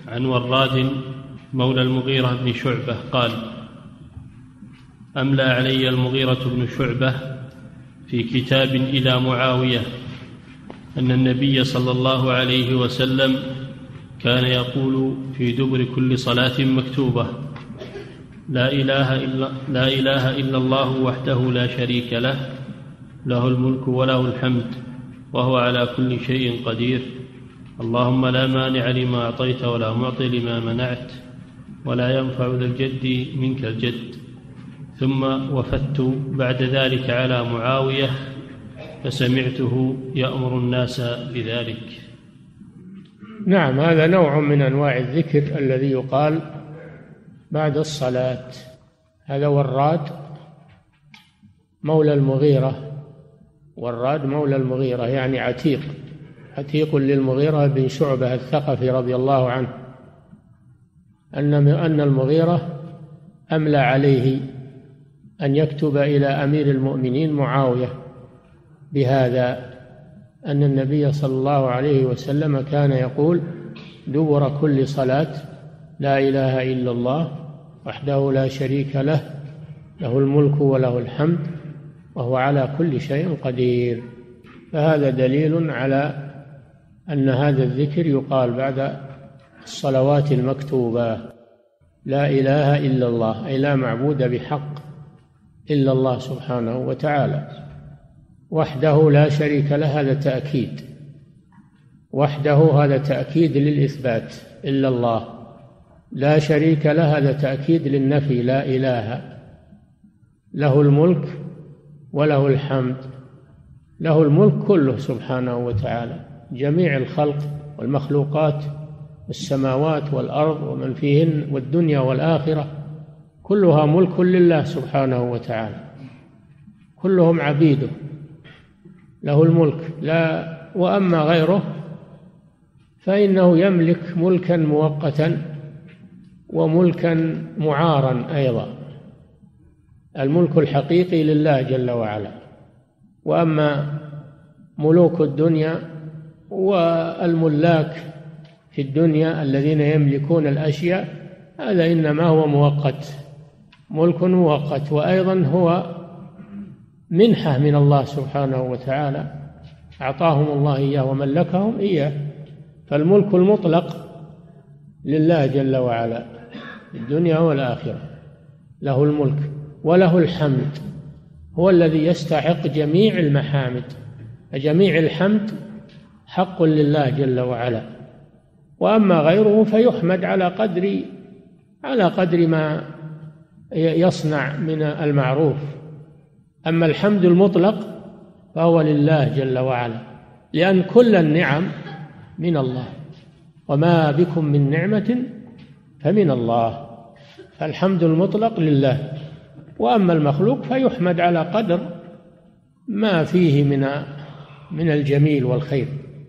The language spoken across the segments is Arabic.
عن وراد مولى المغيرة بن شعبة قال: أملى علي المغيرة بن شعبة في كتاب إلى معاوية أن النبي صلى الله عليه وسلم كان يقول في دبر كل صلاة مكتوبة: لا إله إلا الله وحده لا شريك له، له الملك وله الحمد وهو على كل شيء قدير، اللهم لا مانع لما أعطيت ولا معطي لما منعت ولا ينفع ذا الجد منك الجد. ثم وفدت بعد ذلك على معاوية فسمعته يأمر الناس بذلك. نعم، هذا نوع من أنواع الذكر الذي يقال بعد الصلاة. هذا وراد مولى المغيرة، وراد مولى المغيرة يعني عتيق للمغيرة بن شعبة الثقفي رضي الله عنه، أن المغيرة أملى عليه أن يكتب إلى أمير المؤمنين معاوية بهذا، أن النبي صلى الله عليه وسلم كان يقول دبر كل صلاة: لا إله إلا الله وحده لا شريك له، له الملك وله الحمد وهو على كل شيء قدير. فهذا دليل على أن هذا الذكر يقال بعد الصلوات المكتوبة: لا إله إلا الله، أي لا معبود بحق إلا الله سبحانه وتعالى، وحده لا شريك له، هذا تأكيد، وحده هذا تأكيد للإثبات، إلا الله، لا شريك له هذا تأكيد للنفي، لا إله، له الملك وله الحمد، له الملك كله سبحانه وتعالى، جميع الخلق والمخلوقات، السماوات والأرض ومن فيهن والدنيا والآخرة كلها ملك لله سبحانه وتعالى، كلهم عبيده، له الملك. لا، وأما غيره فإنه يملك ملكا مؤقتا وملكا معارا أيضا. الملك الحقيقي لله جل وعلا، وأما ملوك الدنيا والملاك في الدنيا الذين يملكون الأشياء هذا إنما هو مؤقت، ملك مؤقت، وأيضا هو منحة من الله سبحانه وتعالى، أعطاهم الله إياه وملكهم إياه. فالملك المطلق لله جل وعلا في الدنيا والآخرة، له الملك وله الحمد، هو الذي يستحق جميع المحامد، جميع الحمد حق لله جل وعلا. وأما غيره فيحمد على قدر ما يصنع من المعروف. أما الحمد المطلق فهو لله جل وعلا، لأن كل النعم من الله، وما بكم من نعمة فمن الله، فالحمد المطلق لله. وأما المخلوق فيحمد على قدر ما فيه من الجميل والخير،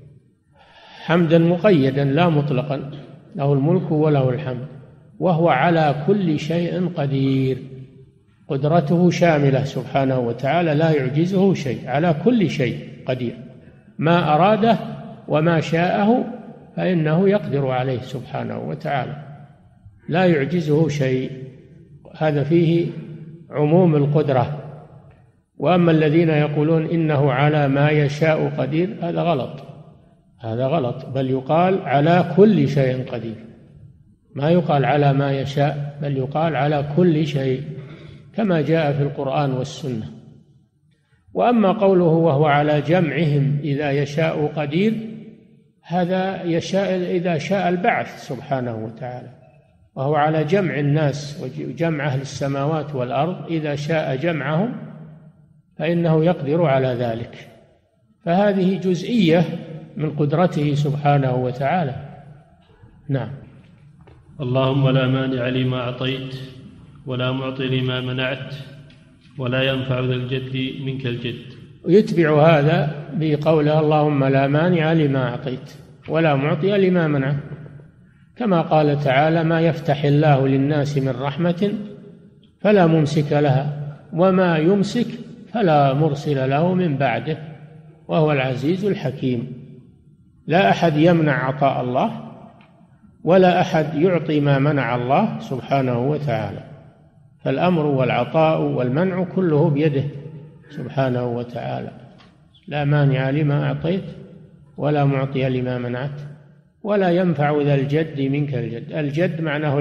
حمدا مقيدا لا مطلقا، له الملك وله الحمد وهو على كل شيء قدير، قدرته شاملة سبحانه وتعالى، لا يعجزه شيء، على كل شيء قدير، ما أراده وما شاءه فإنه يقدر عليه سبحانه وتعالى، لا يعجزه شيء. هذا فيه عموم القدرة. وأما الذين يقولون إنه على ما يشاء قدير هذا غلط، هذا غلط، بل يقال على كل شيء قدير، ما يقال على ما يشاء، بل يقال على كل شيء كما جاء في القرآن والسنة. وأما قوله وهو على جمعهم إذا يشاء قدير، هذا يشاء إذا شاء البعث سبحانه وتعالى، وهو على جمع الناس وجمع أهل السماوات والأرض، إذا شاء جمعهم فإنه يقدر على ذلك. فهذه جزئية من قدرته سبحانه وتعالى. نعم. اللهم لا مانع لما أعطيت ولا معطي لما منعت ولا ينفع ذا الجد منك الجد. ويتبع هذا بقوله اللهم لا مانع لما أعطيت ولا معطي لما منعت، كما قال تعالى ما يفتح الله للناس من رحمة فلا ممسك لها وما يمسك فلا مرسل له من بعده وهو العزيز الحكيم. لا أحد يمنع عطاء الله ولا أحد يعطي ما منع الله سبحانه وتعالى، فالأمر والعطاء والمنع كله بيده سبحانه وتعالى، لا مانع لما أعطيت ولا معطي لما منعت، ولا ينفع ذا الجد منك الجد. الجد معناه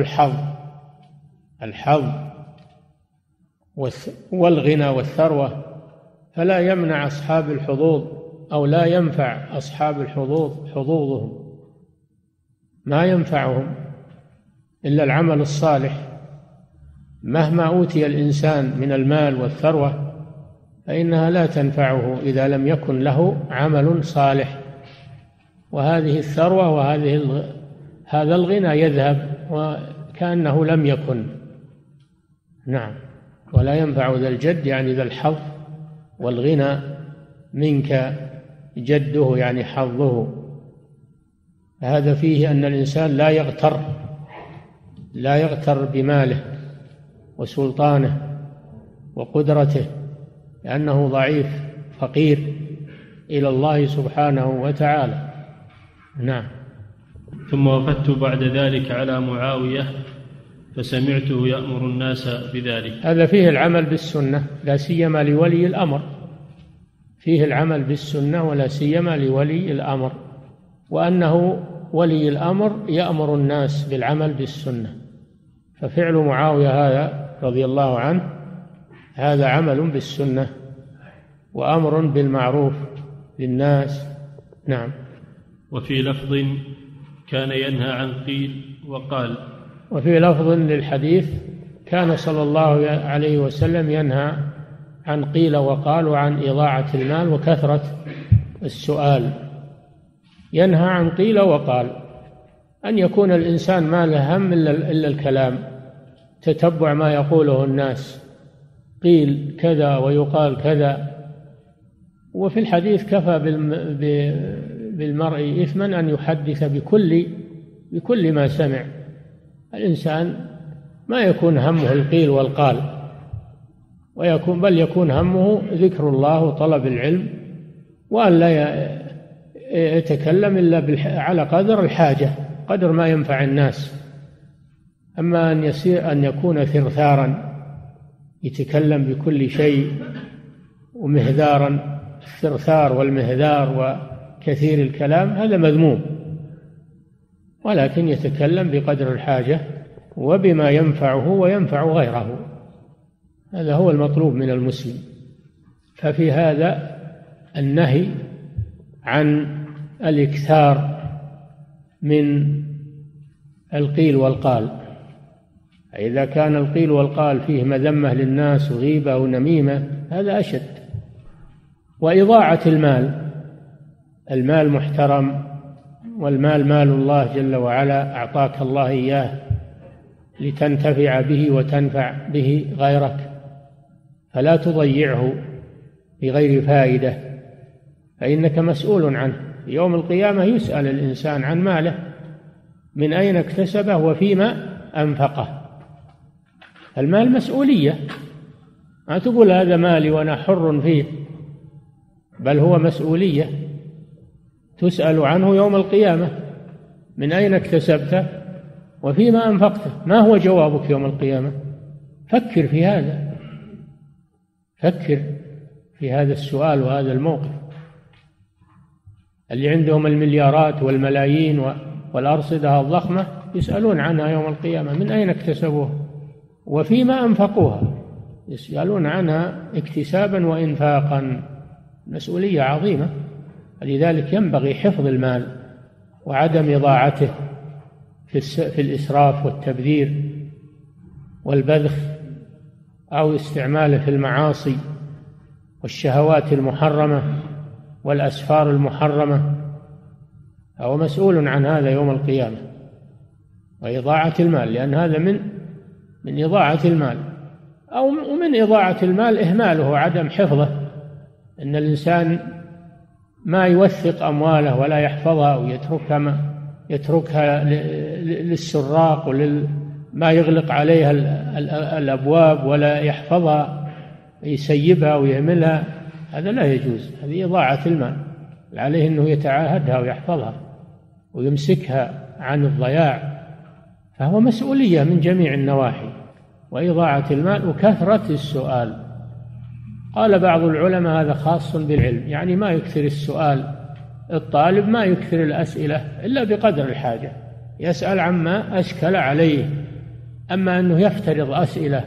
الحظ والغنى والثروة، فلا يمنع أصحاب الحظوظ أو لا ينفع أصحاب الحظوظ حظوظهم، ما ينفعهم إلا العمل الصالح. مهما أوتي الإنسان من المال والثروة فإنها لا تنفعه إذا لم يكن له عمل صالح، وهذه الثروة هذا الغنى يذهب وكأنه لم يكن. نعم. ولا ينفع ذا الجد يعني ذا الحظ والغنى منك جده يعني حظه. هذا فيه أن الإنسان لا يغتر بماله وسلطانه وقدرته، لأنه ضعيف فقير إلى الله سبحانه وتعالى. نعم. ثم وفدت بعد ذلك على معاوية فسمعته يأمر الناس بذلك. هذا فيه العمل بالسنة لا سيما لولي الأمر، فيه العمل بالسنة ولا سيما لولي الأمر، وأنه ولي الأمر يأمر الناس بالعمل بالسنة، ففعل معاوية هذا رضي الله عنه هذا عمل بالسنة وأمر بالمعروف للناس. نعم. وفي لفظ كان ينهى عن قيل وقال. وفي لفظ للحديث كان صلى الله عليه وسلم ينهى عن قيل وقال وعن إضاعة المال وكثرة السؤال. ينهى عن قيل وقال، أن يكون الإنسان ما له هم إلا الكلام، تتبع ما يقوله الناس، قيل كذا ويقال كذا. وفي الحديث كفى بالمرء إثما أن يحدث بكل ما سمع. الإنسان ما يكون همه القيل والقال، بل يكون همه ذكر الله وطلب العلم، وأن لا يتكلم إلا على قدر الحاجة، قدر ما ينفع الناس. أما أن يكون ثرثارا يتكلم بكل شيء ومهذارا، الثرثار والمهذار وكثير الكلام هذا مذموم، ولكن يتكلم بقدر الحاجة وبما ينفعه وينفع غيره، هذا هو المطلوب من المسلم. ففي هذا النهي عن الإكثار من القيل والقال. إذا كان القيل والقال فيه مذمة للناس وغيبة ونميمة هذا أشد. وإضاعة المال محترم، والمال مال الله جل وعلا، أعطاك الله إياه لتنتفع به وتنفع به غيرك، فلا تضيعه بغير فائدة، فإنك مسؤول عنه. يوم القيامة يسأل الإنسان عن ماله، من أين اكتسبه وفيما أنفقه. المال مسؤولية، ما تقول هذا مالي وأنا حر فيه، بل هو مسؤولية تسأل عنه يوم القيامة، من أين اكتسبته وفيما أنفقته. ما هو جوابك يوم القيامة؟ فكر في هذا، فكر في هذا السؤال وهذا الموقف. اللي عندهم المليارات والملايين والأرصدة الضخمة يسألون عنها يوم القيامة، من أين اكتسبوها وفيما أنفقوها، يسألون عنها اكتسابا وإنفاقا. مسؤولية عظيمة، لذلك ينبغي حفظ المال وعدم إضاعته في الإسراف والتبذير والبذخ، أو استعماله في المعاصي والشهوات المحرمة والأسفار المحرمة. هو مسؤول عن هذا يوم القيامة، وإضاعة المال، لأن هذا من إضاعة المال. أو من إضاعة المال إهماله وعدم حفظه، أن الإنسان ما يوثق أمواله ولا يحفظها ويتركها للسراق ما يغلق عليها الأبواب ولا يحفظها، يسيبها ويهملها، هذا لا يجوز، هذه إضاعة المال. عليه أنه يتعاهدها ويحفظها ويمسكها عن الضياع فهو مسؤولية من جميع النواحي، وإضاعة المال وكثرة السؤال. قال بعض العلماء هذا خاص بالعلم، يعني ما يكثر السؤال، الطالب ما يكثر الأسئلة إلا بقدر الحاجة، يسأل عما أشكل عليه. أما أنه يفترض أسئلة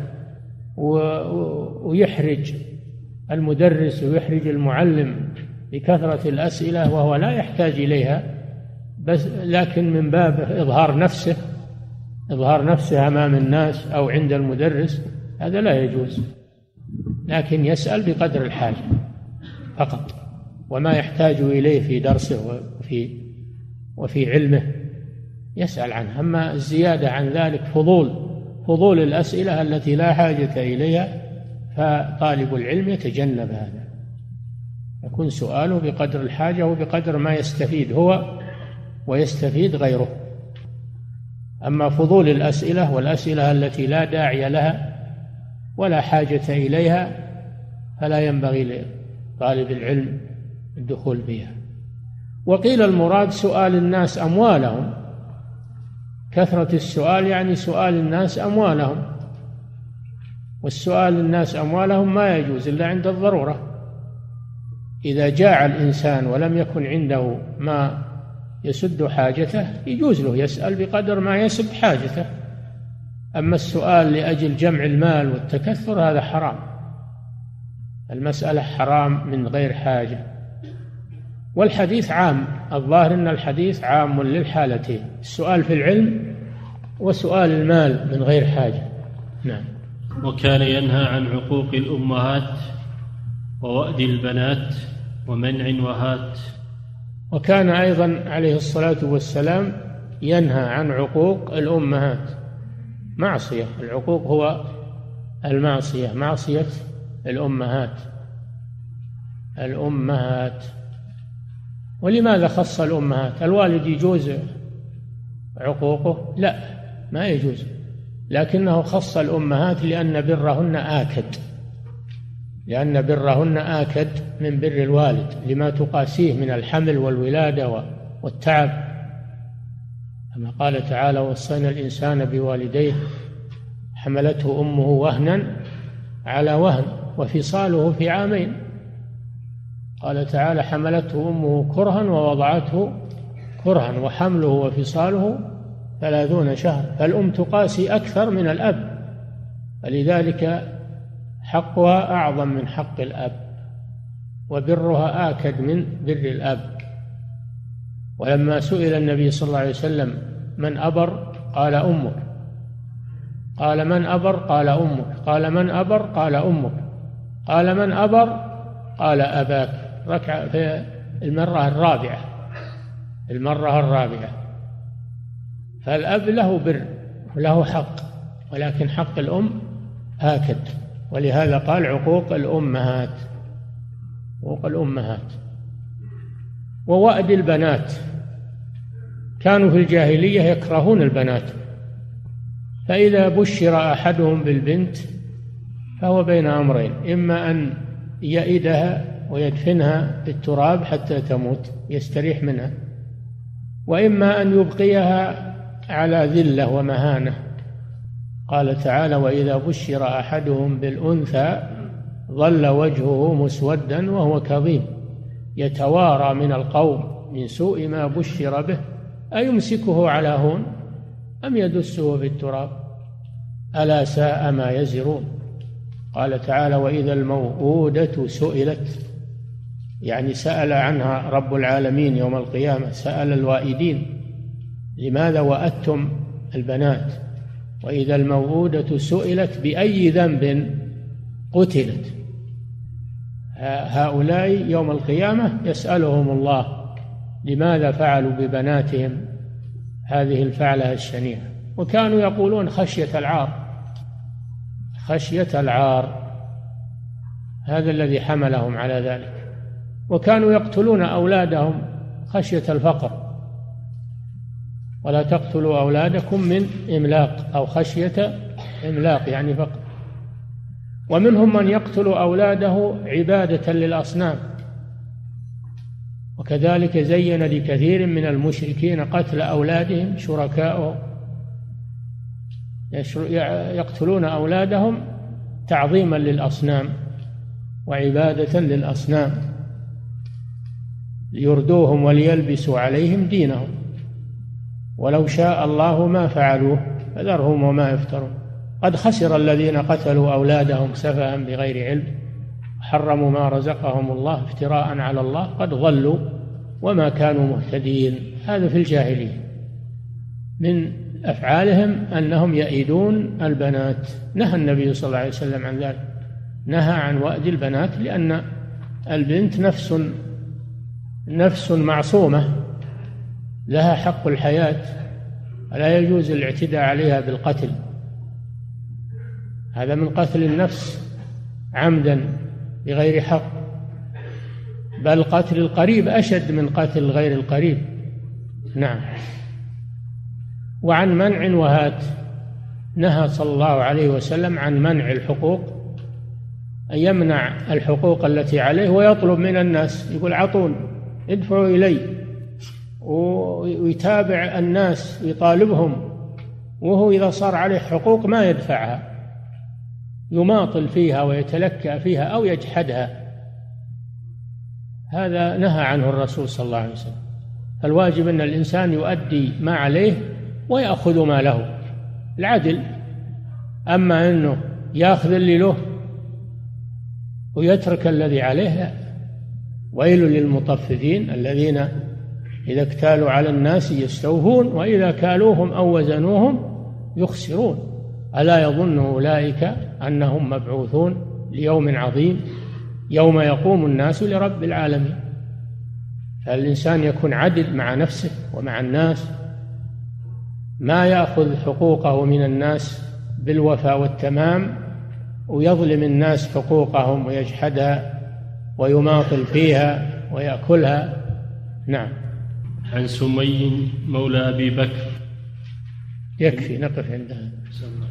ويحرج المدرس ويحرج المعلم بكثرة الأسئلة وهو لا يحتاج إليها، بس لكن من باب إظهار نفسه أمام الناس أو عند المدرس، هذا لا يجوز. لكن يسأل بقدر الحاجة فقط، وما يحتاج إليه في درسه وفي علمه يسأل عنه. أما الزيادة عن ذلك فضول الأسئلة التي لا حاجة إليها، فطالب العلم يتجنب هذا، يكون سؤاله بقدر الحاجة وبقدر ما يستفيد هو ويستفيد غيره. أما فضول الأسئلة والأسئلة التي لا داعي لها ولا حاجة إليها فلا ينبغي لطالب العلم الدخول بها. وقيل المراد سؤال الناس أموالهم، كثرة السؤال يعني سؤال الناس أموالهم، والسؤال الناس أموالهم ما يجوز إلا عند الضرورة. إذا جاع الإنسان ولم يكن عنده ما يسد حاجته يجوز له يسأل بقدر ما يسد حاجته. أما السؤال لأجل جمع المال والتكثر هذا حرام، المسألة حرام من غير حاجة. والحديث عام، الظاهر أن الحديث عام للحالتين، السؤال في العلم وسؤال المال من غير حاجة. نعم. وكان ينهى عن عقوق الأمهات ووأد البنات ومنع وهات. وكان أيضا عليه الصلاة والسلام ينهى عن عقوق الأمهات، معصية، العقوق هو المعصية، معصية الأمهات. ولماذا خص الأمهات؟ الوالد يجوز عقوقه؟ لا، ما يجوز، لكنه خص الأمهات لأن برهن آكد من بر الوالد، لما تقاسيه من الحمل والولادة والتعب، كما قال تعالى: وصينا الإنسان بوالديه حملته أمه وهنا على وهن وفصاله في عامين. قال تعالى: حملته أمه كرها ووضعته كرها وحمله وفصاله 30 شهرا. فالأم تقاسي أكثر من الأب، فلذلك حقها أعظم من حق الأب، وبرها آكد من بر الأب. ولما سئل النبي صلى الله عليه وسلم: من أبر؟ قال أمك. قال: من أبر؟ قال أمك. قال: من أبر؟ قال أمك. قال: من أبر؟ قال أباك. ركع في المرة الرابعة. فالأب له بر وله حق، ولكن حق الأم آكد، ولهذا قال عقوق الأمهات. ووأد البنات، كانوا في الجاهلية يكرهون البنات، فإذا بشر أحدهم بالبنت فهو بين أمرين: إما أن يئدها ويدفنها في التراب حتى تموت يستريح منها، وإما أن يبقيها على ذلة ومهانة. قال تعالى: وإذا بشر أحدهم بالأنثى ظل وجهه مسودا وهو كظيم يتوارى من القوم من سوء ما بشر به أيمسكه على هون أم يدسه في التراب ألا ساء ما يزرون. قال تعالى: وإذا الموءودة سئلت، يعني سأل عنها رب العالمين يوم القيامة، سأل الوائدين: لماذا وأدتم البنات؟ وإذا الموءودة سئلت بأي ذنب قتلت. هؤلاء يوم القيامة يسألهم الله لماذا فعلوا ببناتهم هذه الفعلة الشنيعة. وكانوا يقولون خشية العار، هذا الذي حملهم على ذلك. وكانوا يقتلون أولادهم خشية الفقر: ولا تقتلوا أولادكم من إملاق، أو خشية إملاق يعني فقر. ومنهم من يقتل أولاده عبادة للأصنام. وكذلك زين لكثير من المشركين قتل أولادهم شركاؤهم يقتلون أولادهم تعظيما للأصنام وعبادة للأصنام ليردوهم وليلبسوا عليهم دينهم، ولو شاء الله ما فعلوه فذرهم وما يفترون. قد خسر الذين قتلوا أولادهم سفها بغير علم حرموا ما رزقهم الله افتراء على الله قد ضلوا وما كانوا مهتدين. هذا في الجاهلية. من أفعالهم أنهم يئدون البنات، نهى النبي صلى الله عليه وسلم عن ذلك، نهى عن وأد البنات، لأن البنت نفس معصومة لها حق الحياة، لا يجوز الاعتداء عليها بالقتل. هذا من قتل النفس عمدا بغير حق، بل قتل القريب أشد من قتل غير القريب. نعم. وعن منع وهات، نهى صلى الله عليه وسلم عن منع الحقوق، أن يمنع الحقوق التي عليه ويطلب من الناس، يقول عطون ادفعوا إلي، ويتابع الناس ويطالبهم، وهو إذا صار عليه حقوق ما يدفعها، يماطل فيها ويتلكأ فيها أو يجحدها. هذا نهى عنه الرسول صلى الله عليه وسلم. فالواجب أن الإنسان يؤدي ما عليه ويأخذ ما له، العدل. أما أنه يأخذ اللي له ويترك الذي عليه، لا. ويل للمطففين الذين إذا اكتالوا على الناس يستوفون وإذا كالوهم أو وزنوهم يخسرون. ألا يظن أولئك أنهم مبعوثون ليوم عظيم يوم يقوم الناس لرب العالمين. فالإنسان يكون عدل مع نفسه ومع الناس، ما يأخذ حقوقه من الناس بالوفاء والتمام ويظلم الناس حقوقهم ويجحدها ويماطل فيها ويأكلها. نعم. عن سمي مولى أبي بكر. يكفي نقف عندها.